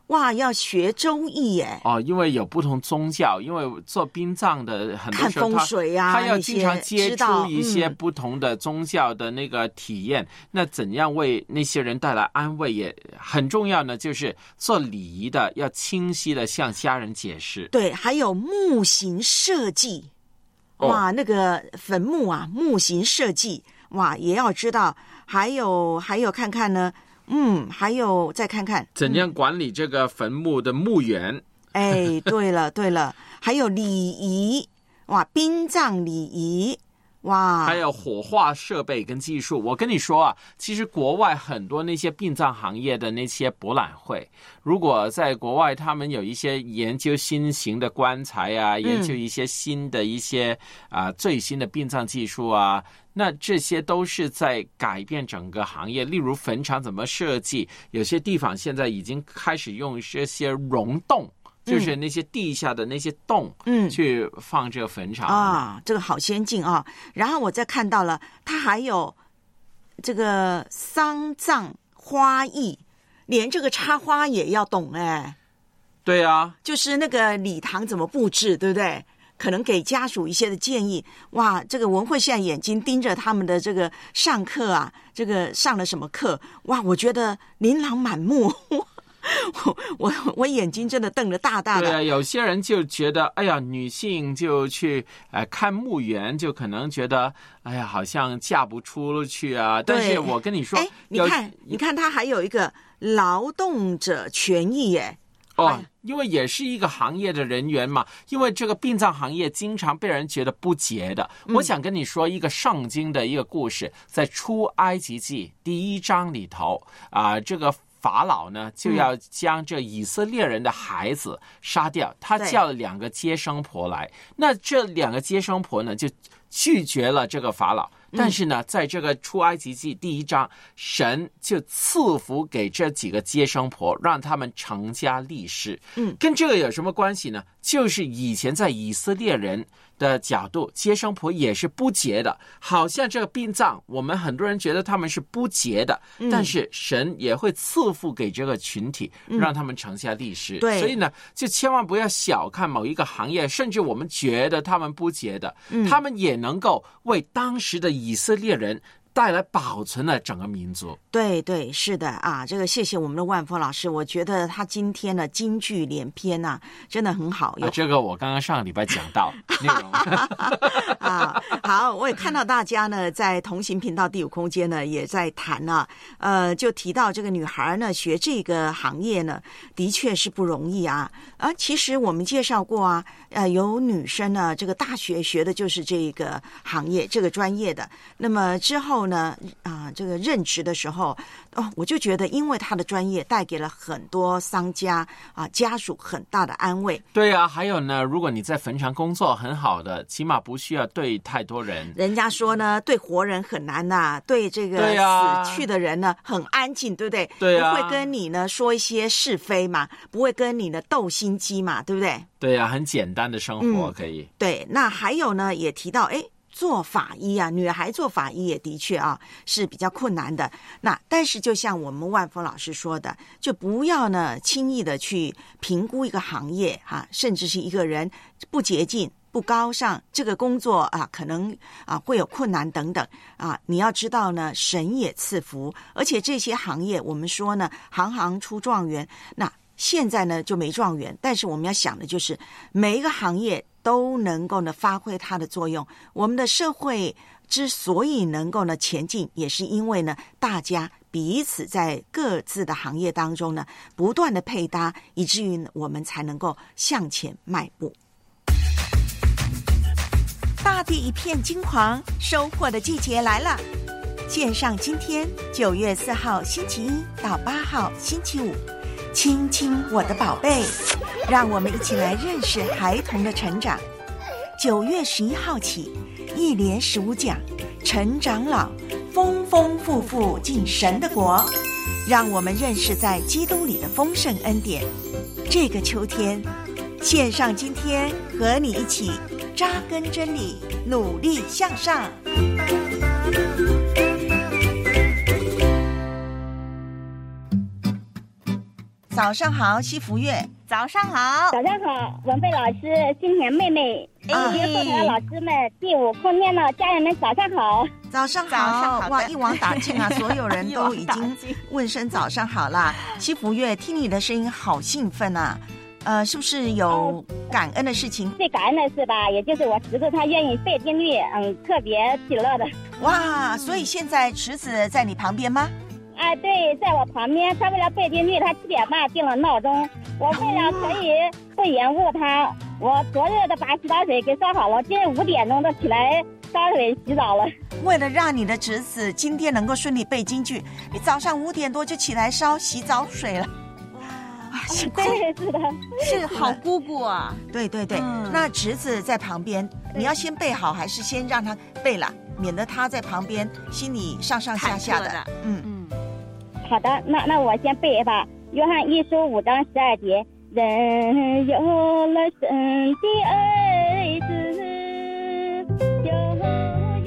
哇，要学周易耶！ 哦，因为有不同宗教，因为做殡葬的很多时候他看风水啊， 他要经常接触一些嗯、 不同的宗教的那个体验。那怎样为那些人带来安慰也很重要呢？就是做礼仪的要清晰的向家人解释。 对，还有木形设计，哇，哦、那个坟墓啊，木形设计，哇，也要知道。还有还有看看呢。嗯，还有再看看怎样管理这个坟墓的墓园。 嗯、哎，对了对了，还有礼仪，哇，殡葬礼仪，哇， 还有火化设备跟技术。我跟你说啊，其实国外很多那些殡葬行业的那些博览会，如果在国外他们有一些研究新型的棺材啊，研究一些新的一些啊、呃、最新的殡葬技术啊，那这些都是在改变整个行业。例如坟场怎么设计，有些地方现在已经开始用这些溶洞，就是那些地下的那些洞，嗯，去放这个坟场啊，这个好先进啊。然后我再看到了，它还有这个丧葬花艺，连这个插花也要懂哎。 对啊， 就是那个礼堂怎么布置，对不对？可能给家属一些的建议。哇，这个文慧现在眼睛盯着他们的这个上课啊，这个上了什么课？哇，我觉得琳琅满目。我我我眼睛真的瞪得大大的。 对啊，有些人就觉得，哎呀，女性就去呃看墓园，就可能觉得，哎呀，好像嫁不出去啊。但是我跟你说， 哎，你看，你看，他还有一个劳动者权益耶。 哦，因为也是一个行业的人员嘛，因为这个殡葬行业经常被人觉得不洁的。嗯、我想跟你说一个圣经的一个故事，在出埃及记第一章里头啊、呃，这个法老呢就要将这以色列人的孩子杀掉，嗯、他叫了两个接生婆来，那这两个接生婆呢就拒绝了这个法老。但是呢，在这个出埃及记第一章，神就赐福给这几个接生婆，让他们成家立室。嗯，跟这个有什么关系呢？就是以前在以色列人的角度，接生婆也是不洁的，好像这个殡葬，我们很多人觉得他们是不洁的，嗯、但是神也会赐福给这个群体，让他们成家立室。嗯、对，所以呢，就千万不要小看某一个行业，甚至我们觉得他们不洁的，嗯、他们也能够为当时的以色列人带来保存了整个民族。 对对，是的啊，这个谢谢我们的万峰老师，我觉得他今天的金句连篇呐、啊，真的很好。 啊，这个我刚刚上个礼拜讲到内容啊。好，我也看到大家呢在同行频道第五空间呢也在谈啊，呃，就提到这个女孩呢学这个行业呢的确是不容易啊。啊，其实我们介绍过啊，呃，有女生呢这个大学学的就是这个行业这个专业的，那么之后呢啊、呃，这个任职的时候哦，我就觉得因为她的专业带给了很多丧家啊、呃、家属很大的安慰。 对啊，还有呢，如果你在坟场工作很好的，起码不需要对太多人。 人家说呢，对活人很难呐、啊，对这个死去的人呢、啊、很安静，对不对？ 对啊， 不会跟你呢说一些是非嘛，不会跟你呢斗心机嘛，对不对？ 对啊，很简单的生活可以。 嗯、对，那还有呢，也提到哎。做法医啊，女孩做法医也的确啊是比较困难的。那但是就像我们万峰老师说的，就不要呢轻易的去评估一个行业啊，甚至是一个人不洁净、不高尚，这个工作啊可能啊会有困难等等啊。你要知道呢，神也赐福，而且这些行业我们说呢，行行出状元。那现在呢就没状元，但是我们要想的就是每一个行业都能够呢发挥它的作用。我们的社会之所以能够呢前进，也是因为呢大家彼此在各自的行业当中呢不断的配搭，以至于我们才能够向前迈步。大地一片金黄，收获的季节来了。线上今天九月四号星期一到八号星期五，亲亲我的宝贝，让我们一起来认识孩童的成长。九月十一号起，一连十五讲陈长老丰丰富富进神的国，让我们认识在基督里的丰盛恩典。这个秋天，线上今天和你一起扎根真理，努力向上。早早上好，西福月。 早上好， 早上好，文贝老师、金田妹妹，以及后台的老师们，第五空间的家人们，早上好。 早上好，早上好哇！一网打尽啊，所有人都已经问声早上好啦。西福月，听你的声音好兴奋啊！呃，是不是有感恩的事情？ 最感恩的是吧，也就是我侄子他愿意背经律，嗯，特别喜乐的。 哇，所以现在侄子在你旁边吗？ 啊，对，在我旁边。他为了背经律，他七点半定了闹钟。我为了可以不延误他，我昨日的把洗澡水给烧好了，今日五点钟就起来烧水洗澡了。 为了让你的侄子今天能够顺利背京剧，你早上五点多就起来烧洗澡水了。哇，辛苦！ 对，是的， 是好姑姑啊。 对对对，嗯、那侄子在旁边，你要先背好，还是先让他背了，免得他在旁边心里上上下下的。的嗯嗯。 好的，那那我先背吧。约翰一书五章十二节，人有了神的儿子，就有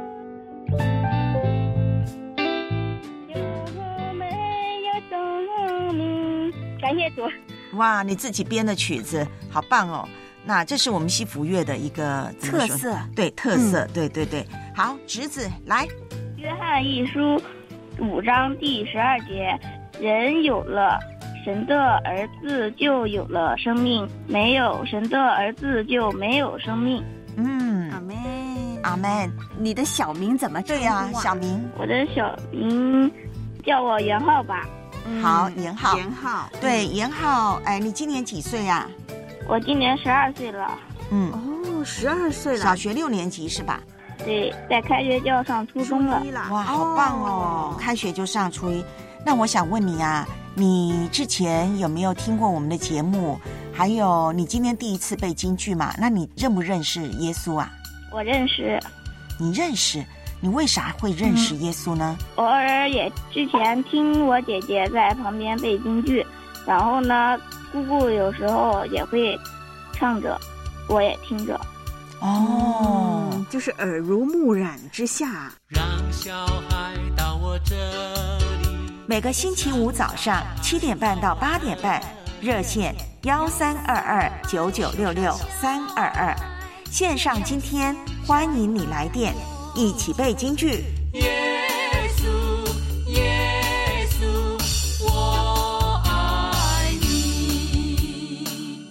就没有生命。感谢主！ 哇，你自己编的曲子，好棒哦！那这是我们西福乐的一个特色， 对特色，嗯、对对对。好，侄子来。 约翰一书五章第十二节。人有了神的儿子就有了生命，没有神的儿子就没有生命。 嗯， 阿门， 阿门。 你的小名怎么称呼啊？ 对呀、啊，小名。 我的小名叫我元浩吧。 嗯、好，元浩。 元浩， 对，元浩。哎，你今年几岁呀、啊？ 我今年十二岁了。 嗯， 哦，十二岁了， 小学六年级是吧？ 对，在开学就要上初中了。 哇，好棒哦！开学就上初一。那我想问你啊，你之前有没有听过我们的节目？还有，你今天第一次背京剧嘛？那你认不认识耶稣啊？ 我认识。 你认识？你为啥会认识耶稣呢？ 嗯、偶尔也之前听我姐姐在旁边背京剧，然后呢，姑姑有时候也会唱着，我也听着。 哦、 嗯，就是耳濡目染之下。 让小孩到我这里。 每个星期五早上七点半到八点半，热线幺三二二九九六六三二二，线上今天欢迎你来电，一起背京剧。 耶稣，耶稣，我爱你。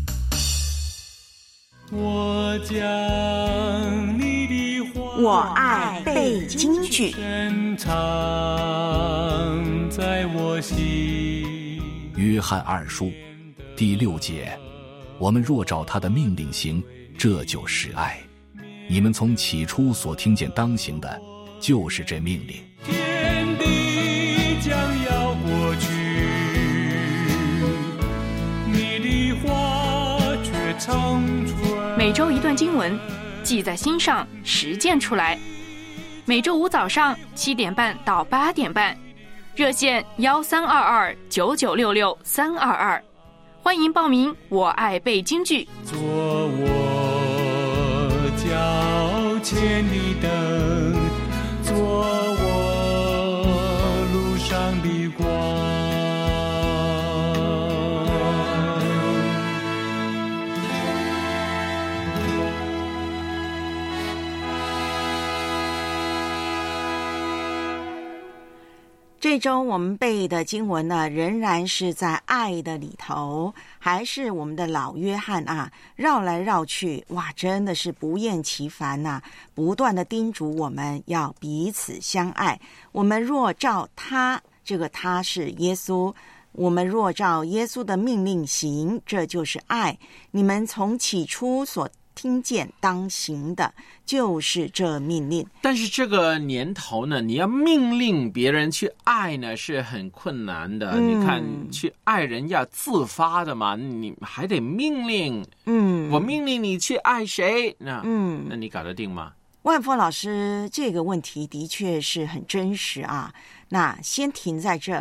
我将你的话， 我爱背京剧。 在我心。 约翰二书第六节，我们若照他的命令行，这就是爱。你们从起初所听见当行的，就是这命令。 天地将要过去，你的话却长存。 每周一段经文，记在心上，实践出来。每周五早上七点半到八点半，热线幺三二二九九六六三二二，欢迎报名。我爱背京剧。 做我脚前的灯，做我路上的光。 这周我们背的经文呢，仍然是在爱的里头，还是我们的老约翰啊，绕来绕去，哇，真的是不厌其烦呐、啊，不断的叮嘱我们要彼此相爱。我们若照他，这个他是耶稣，我们若照耶稣的命令行，这就是爱。你们从起初所听见当行的，就是这命令。 但是这个年头呢，你要命令别人去爱呢，是很困难的。嗯、你看，去爱人要自发的嘛，你还得命令。嗯，我命令你去爱谁？那嗯，那你搞得定吗？ 万峰老师，这个问题的确是很真实啊。那先停在这儿，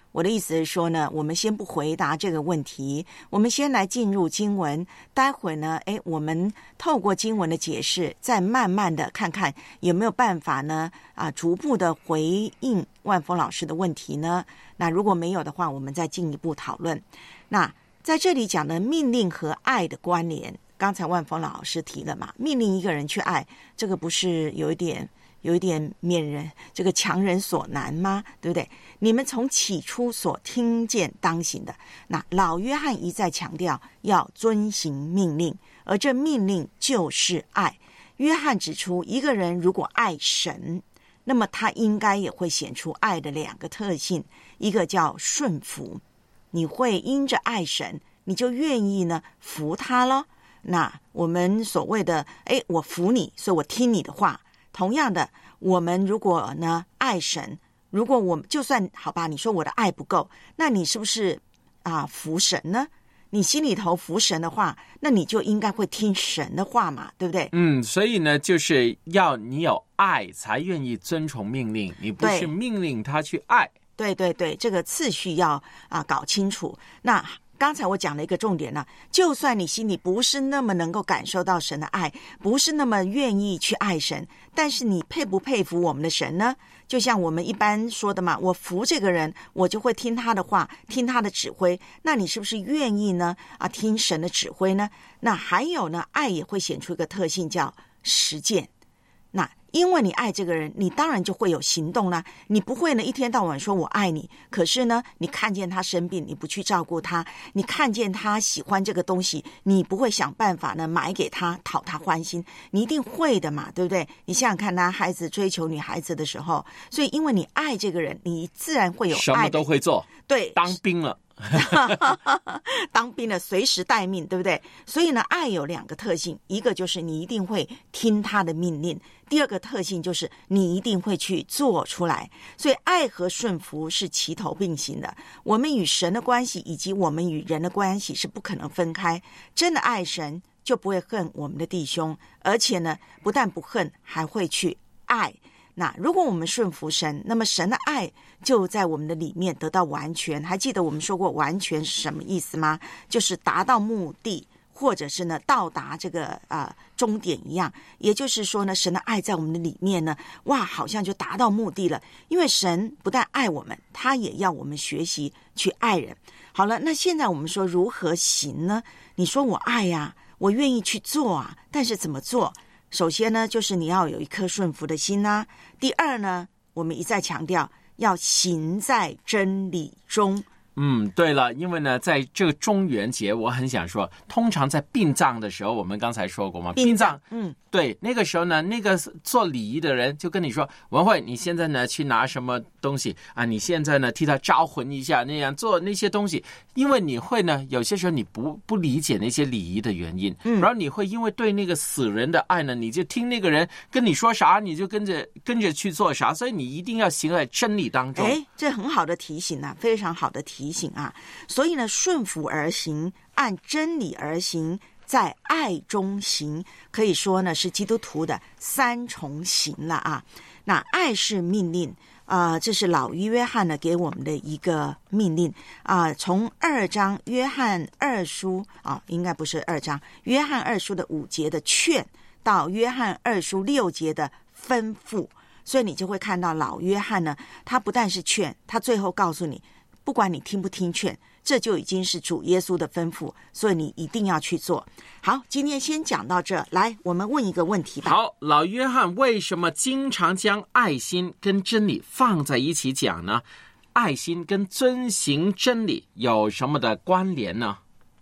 我的意思是说呢，我们先不回答这个问题，我们先来进入经文，待会呢，诶，我们透过经文的解释，再慢慢的看看有没有办法呢，啊，逐步的回应万峰老师的问题呢。那如果没有的话，我们再进一步讨论。那在这里讲的命令和爱的关联，刚才万峰老师提了嘛，命令一个人去爱，这个不是有一点有一点免人这个强人所难吗？对不对？你们从起初所听见当行的，那老约翰一再强调要遵行命令，而这命令就是爱。约翰指出，一个人如果爱神，那么他应该也会显出爱的两个特性，一个叫顺服，你会因着爱神，你就愿意呢服他了。那我们所谓的诶，我服你，所以我听你的话。同样的，我们如果呢爱神，如果我们就算好吧，你说我的爱不够，那你是不是啊服神呢？你心里头服神的话，那你就应该会听神的话嘛，对不对？ 嗯，所以呢，就是要你有爱才愿意遵从命令，你不是命令他去爱。 对对对，这个次序要啊搞清楚。那刚才我讲了一个重点呢，就算你心里不是那么能够感受到神的爱，不是那么愿意去爱神，但是你佩不佩服我们的神呢？就像我们一般说的嘛，我服这个人，我就会听他的话，听他的指挥。那你是不是愿意呢？啊，听神的指挥呢？那还有呢，爱也会显出一个特性叫实践。那因为你爱这个人，你当然就会有行动啦。你不会呢一天到晚说我爱你，可是呢你看见他生病，你不去照顾他，你看见他喜欢这个东西，你不会想办法呢买给他讨他欢心，你一定会的嘛，对不对？你想想看，男孩子追求女孩子的时候，所以因为你爱这个人，你自然会有爱， 什么都会做。 对， 当兵了当兵的随时待命，对不对？所以呢，爱有两个特性，一个就是你一定会听他的命令，第二个特性就是你一定会去做出来。所以爱和顺服是齐头并行的。我们与神的关系以及我们与人的关系是不可能分开。真的爱神，就不会恨我们的弟兄，而且呢，不但不恨，还会去爱。那如果我们顺服神，那么神的爱就在我们的里面得到完全。还记得我们说过完全是什么意思吗？就是达到目的，或者是呢到达这个呃终点一样。也就是说呢，神的爱在我们的里面呢，哇，好像就达到目的了。因为神不但爱我们，他也要我们学习去爱人。好了，那现在我们说如何行呢？你说我爱呀、啊，我愿意去做啊，但是怎么做？首先呢，就是你要有一颗顺服的心啊。第二呢，我们一再强调要行在真理中。 嗯，对了，因为呢，在这个中元节，我很想说，通常在殡葬的时候，我们刚才说过嘛，殡葬， 嗯， 对，那个时候呢，那个做礼仪的人就跟你说，文慧，你现在呢去拿什么东西啊？你现在呢替他招魂一下，那样做那些东西，因为你会呢，有些时候你不不理解那些礼仪的原因，嗯，然后你会因为对那个死人的爱呢，你就听那个人跟你说啥，你就跟着跟着去做啥，所以你一定要行在真理当中。 哎，这很好的提醒啊，非常好的提醒。提醒啊，所以呢，顺服而行，按真理而行，在爱中行，可以说呢是基督徒的三重行了啊。那爱是命令啊、呃，这是老约翰呢给我们的一个命令啊、呃。从二章约翰二书啊、哦，应该不是二章，约翰二书的五节的劝，到约翰二书六节的吩咐，所以你就会看到老约翰呢，他不但是劝，他最后告诉你。不管你听不听劝，这就已经是主耶稣的吩咐，所以你一定要去做。好，今天先讲到这，来，我们问一个问题吧。 好，老约翰为什么经常将爱心跟真理放在一起讲呢？爱心跟遵行真理有什么的关联呢？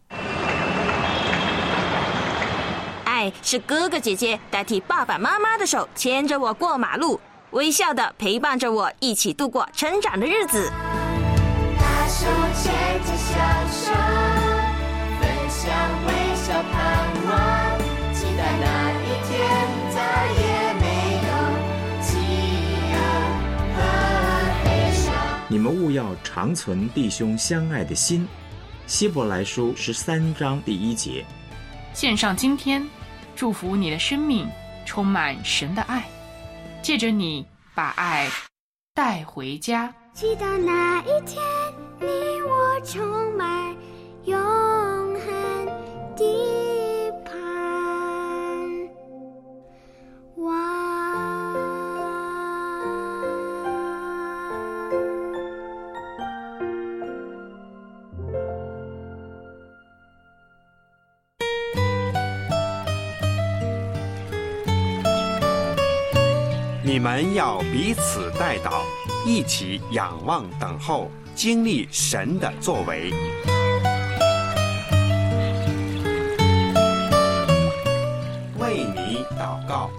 爱是哥哥姐姐代替爸爸妈妈的手，牵着我过马路，微笑的陪伴着我一起度过成长的日子。 手牵着小手，分享微笑盼望，期待那一天再也没有饥饿和悲伤。 你们务要常存弟兄相爱的心。希伯来书十三章第一节。 献上今天，祝福你的生命充满神的爱，借着你把爱带回家。 直到那一天，你我充满永恒的盼望。 你们要彼此代祷，一起仰望等候，经历神的作为。为你祷告。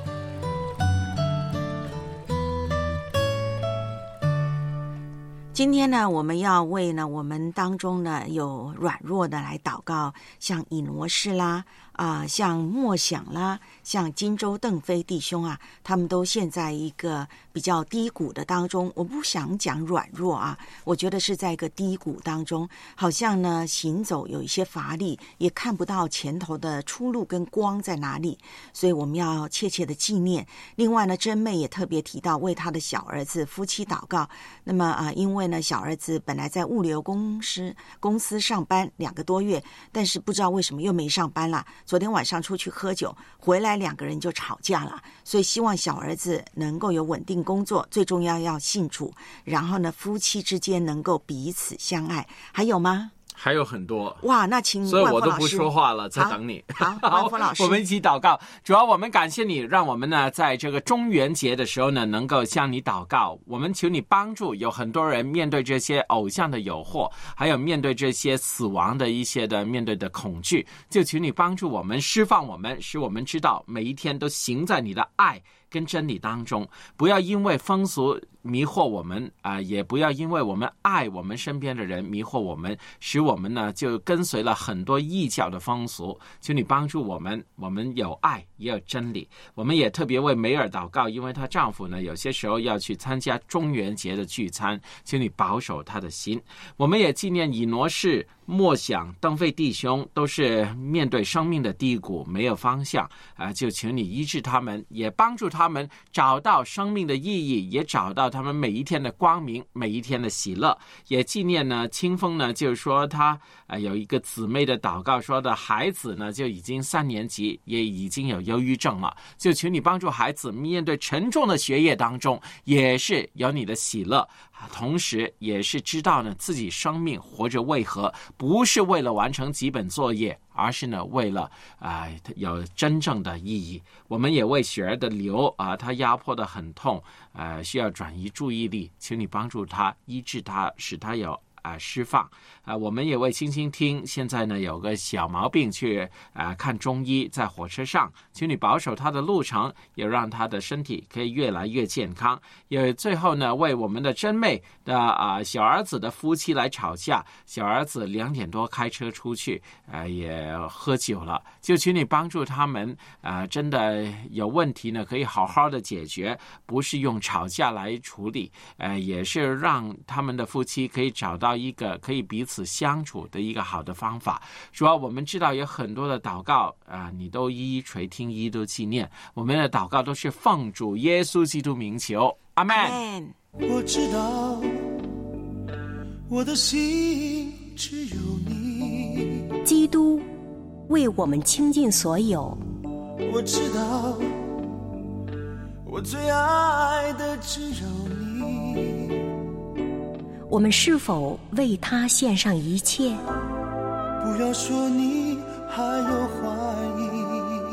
今天呢，我们要为呢我们当中呢有软弱的来祷告，像以挪士啦，啊、呃，像默想啦，像金州邓飞弟兄啊，他们都陷在一个比较低谷的当中。我不想讲软弱啊，我觉得是在一个低谷当中，好像呢行走有一些乏力，也看不到前头的出路跟光在哪里，所以我们要切切的纪念。另外呢，珍妹也特别提到为他的小儿子夫妻祷告。那么啊、呃，因为呢小儿子本来在物流公司公司上班两个多月，但是不知道为什么又没上班了。昨天晚上出去喝酒，回来两个人就吵架了，所以希望小儿子能够有稳定工作，最重要要信主，然后呢夫妻之间能够彼此相爱。还有吗？ 还有很多哇，那请所以我都不说话了，在等你。 好，万峰老师， 我们一起祷告。主要我们感谢你，让我们呢在这个中元节的时候呢，能够向你祷告。我们求你帮助，有很多人面对这些偶像的诱惑，还有面对这些死亡的一些的面对的恐惧，就求你帮助我们，释放我们，使我们知道每一天都行在你的爱跟真理当中，不要因为风俗迷惑我们啊、呃，也不要因为我们爱我们身边的人迷惑我们，使我们呢就跟随了很多异教的风俗。求你帮助我们，我们有爱也有真理。我们也特别为梅尔祷告，因为她丈夫呢有些时候要去参加中元节的聚餐，求你保守他的心。我们也纪念以挪士、默想、邓飞弟兄，都是面对生命的低谷，没有方向啊、呃，就求你医治他们，也帮助他们找到生命的意义，也找到他们每一天的光明，每一天的喜乐。也纪念呢清风呢，就是说他呃有一个姊妹的祷告，说的孩子呢就已经三年级，也已经有忧郁症了，就求你帮助孩子面对沉重的学业当中，也是有你的喜乐，同时也是知道呢自己生命活着为何，不是为了完成几本作业，而是呢为了啊、呃、有真正的意义。我们也为雪儿的流啊、呃，他压迫得很痛，呃，需要转移注意力，请你帮助他，医治他，使他有啊、呃、释放啊、呃。我们也为星星听，现在呢有个小毛病去啊、呃、看中医，在火车上，请你保守他的路程，也让他的身体可以越来越健康。也最后呢为我们的珍妹的啊、呃、小儿子的夫妻来吵架，小儿子两点多开车出去，呃也喝酒了，就请你帮助他们啊、呃、真的有问题呢可以好好的解决，不是用吵架来处理，呃也是让他们的夫妻可以找到一个可以彼此相处的一个好的方法。主要我们知道有很多的祷告啊、呃，你都一一垂听，一一都纪念。我们的祷告都是奉主耶稣基督名求，阿们。 我知道我的心只有你， 基督为我们倾尽所有。 我知道我最爱的只有你， 我们是否为他献上一切？ 不要说你还有怀疑，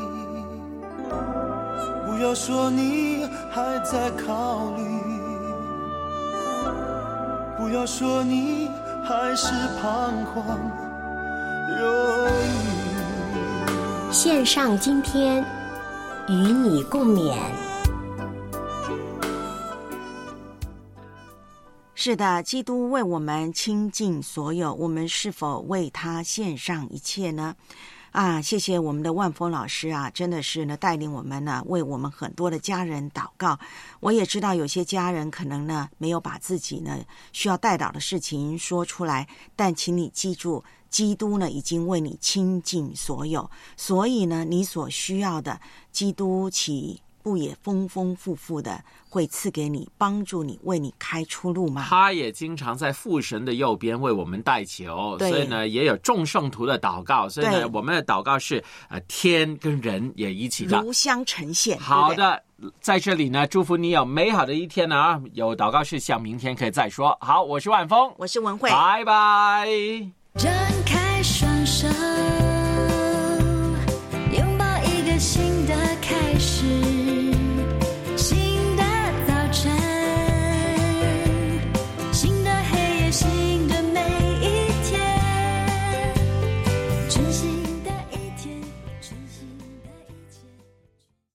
不要说你还在考虑，不要说你还是彷徨犹豫。 献上今天，与你共勉。 是的，基督为我们倾尽所有，我们是否为他献上一切呢？啊，谢谢我们的万峰老师啊，真的是呢带领我们呢为我们很多的家人祷告。我也知道有些家人可能呢没有把自己呢需要代祷的事情说出来，但请你记住，基督呢已经为你倾尽所有，所以呢你所需要的，基督岂不也丰丰富富的会赐给你，帮助你，为你开出路吗？ 他也经常在父神的右边为我们代求， 对所以呢，也有众圣徒的祷告，所以呢，我们的祷告是呃天跟人也一起的， 如相呈现。 好的。在这里呢，祝福你有美好的一天啊！有祷告事项，明天可以再说。好，我是万峰， 我是文慧， 拜拜。 张开双手，拥抱一个新的开始，新的早晨，新的黑夜，新的每一天，珍惜